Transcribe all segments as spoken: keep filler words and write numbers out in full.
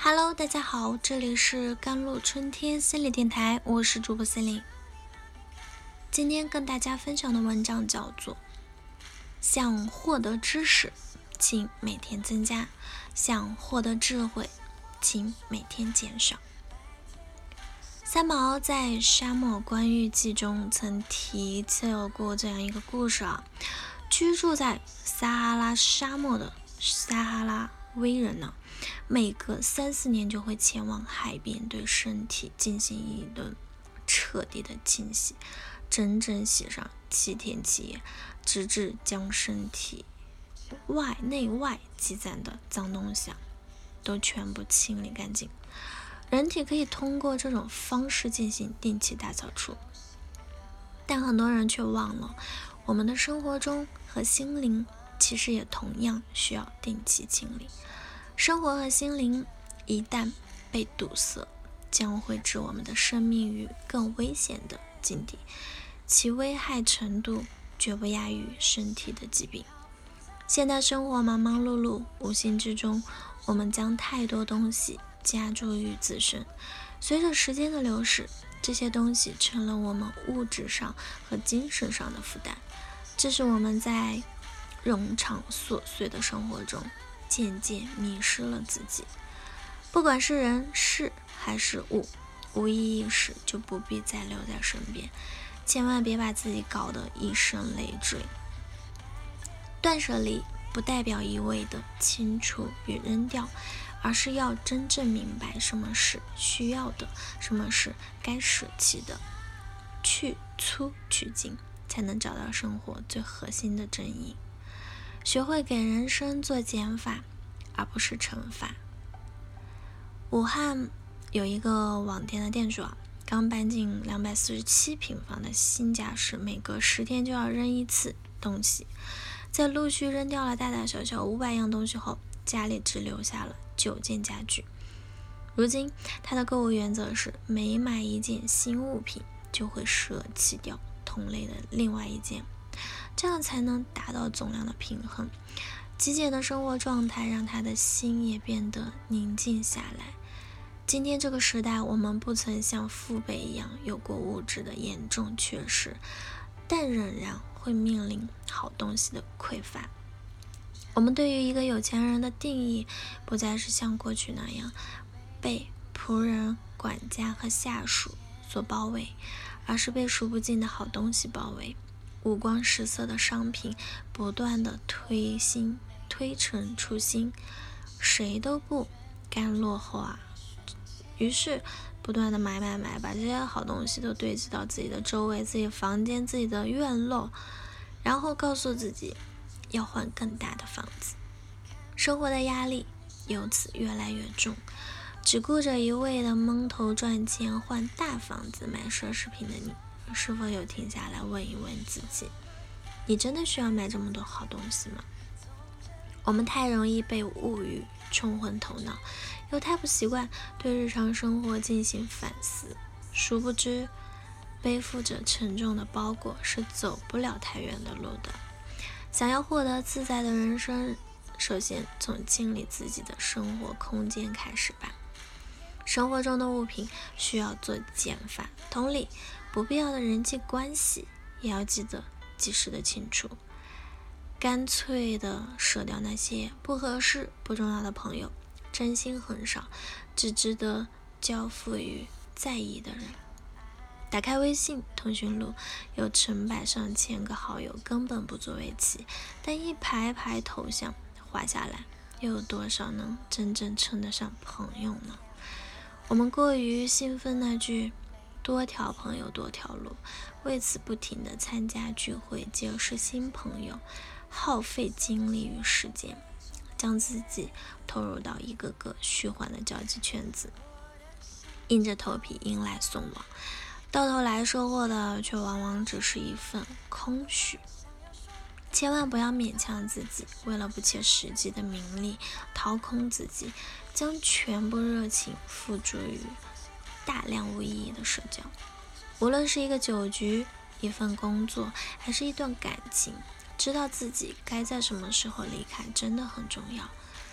Hello，大家好，这里是甘露春天心理电台，我是主播森林。今天跟大家分享的文章叫做想获得知识，请每天增加；想获得智慧，请每天减少。三毛在《沙漠观遇记》中曾提到过这样一个故事啊，居住在撒哈拉沙漠的撒哈拉威人呢，每隔三四年就会前往海边，对身体进行一顿彻底的清洗，整整洗上七天七夜，直至将身体外内外积攒的脏东西啊都全部清理干净。人体可以通过这种方式进行定期大扫除，但很多人却忘了，我们的生活中和心灵其实也同样需要定期清理。生活和心灵一旦被堵塞，将会置我们的生命于更危险的境地，其危害程度绝不亚于身体的疾病。现代生活忙忙碌碌，无形之中我们将太多东西加诸于自身，随着时间的流逝，这些东西成了我们物质上和精神上的负担，这是我们在冗长琐碎的生活中渐渐迷失了自己。不管是人事还是物，无意义时就不必再留在身边，千万别把自己搞得一身累赘。断舍离不代表一味的清除与扔掉，而是要真正明白什么是需要的，什么是该舍弃的，去粗取精，才能找到生活最核心的真意。学会给人生做减法，而不是惩罚。武汉有一个网店的店主啊，刚搬进两百四十七平方的新家时，每隔十天就要扔一次东西。在陆续扔掉了大大小小五百样东西后，家里只留下了九件家具。如今他的购物原则是，每买一件新物品就会舍弃掉同类的另外一件，这样才能达到总量的平衡。极简的生活状态让他的心也变得宁静下来。今天这个时代，我们不曾像父辈一样有过物质的严重缺失，但仍然会面临好东西的匮乏。我们对于一个有钱人的定义，不再是像过去那样被仆人、管家和下属所包围，而是被数不尽的好东西包围，五光十色的商品不断的推新推陈出新，谁都不甘落后啊！于是不断的买买买，把这些好东西都堆积到自己的周围、自己房间、自己的院落，然后告诉自己要换更大的房子。生活的压力由此越来越重，只顾着一味的蒙头赚钱换大房子买奢侈品的你，是否有停下来问一问自己，你真的需要买这么多好东西吗？我们太容易被物欲冲昏头脑，又太不习惯对日常生活进行反思，殊不知背负着沉重的包裹是走不了太远的路的。想要获得自在的人生，首先从清理自己的生活空间开始吧。生活中的物品需要做减法，同理，不必要的人际关系也要记得及时的清除，干脆的舍掉那些不合适、不重要的朋友，真心很少，只值得交付于在意的人。打开微信通讯录，有成百上千个好友，根本不足为奇，但一排排头像划下来，又有多少能真正称得上朋友呢？我们过于兴奋那句多条朋友多条路，为此不停地参加聚会，结识新朋友，耗费精力与时间，将自己投入到一个个虚幻的交际圈子，硬着头皮迎来送往，到头来收获的却往往只是一份空虚。千万不要勉强自己，为了不切实际的名利掏空自己，将全部热情付诸于大量无意义的社交。无论是一个酒局、一份工作，还是一段感情，知道自己该在什么时候离开真的很重要。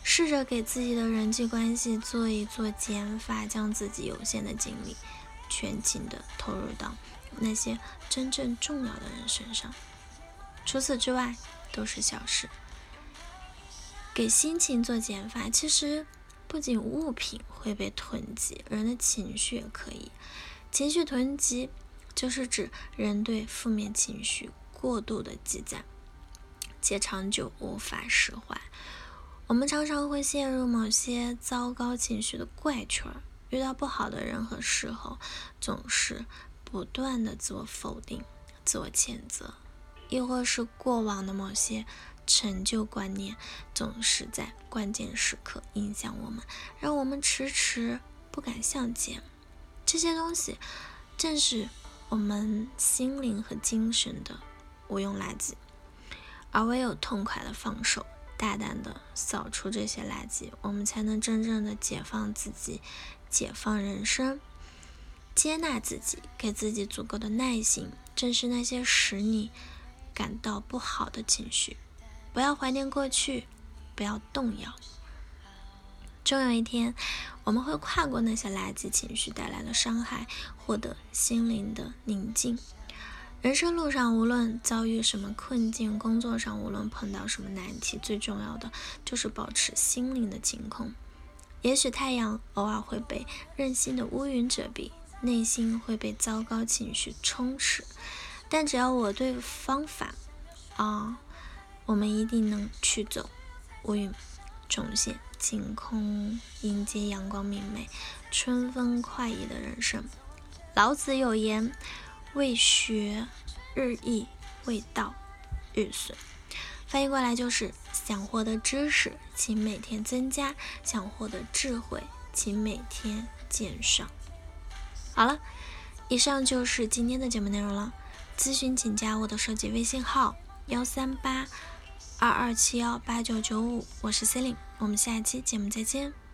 试着给自己的人际关系做一做减法，将自己有限的精力全情的投入到那些真正重要的人身上，除此之外都是小事。给心情做减法，其实不仅物品会被囤积，人的情绪也可以。情绪囤积就是指人对负面情绪过度的积攒，且长久无法释怀。我们常常会陷入某些糟糕情绪的怪圈，遇到不好的人和事后，总是不断的自我否定、自我谴责，亦或是过往的某些成就观念，总是在关键时刻影响我们，让我们迟迟不敢向前。这些东西正是我们心灵和精神的无用垃圾，而唯有痛快的放手，大胆的扫除这些垃圾，我们才能真正的解放自己，解放人生，接纳自己，给自己足够的耐心，正是那些使你感到不好的情绪。不要怀念过去，不要动摇。终有一天，我们会跨过那些垃圾情绪带来的伤害，获得心灵的宁静。人生路上无论遭遇什么困境，工作上无论碰到什么难题，最重要的就是保持心灵的晴空。也许太阳偶尔会被任性的乌云遮蔽，内心会被糟糕情绪充斥，但只要我对方法啊，我们一定能驱走乌云，重现晴空，迎接阳光明媚、春风快意的人生。老子有言，为学日益，为道日损。翻译过来就是：想获得知识，请每天增加；想获得智慧，请每天减少。好了，以上就是今天的节目内容了。咨询请加我的手机微信号幺三八二二七幺八九九五，我是 Celine， 我们下期节目再见。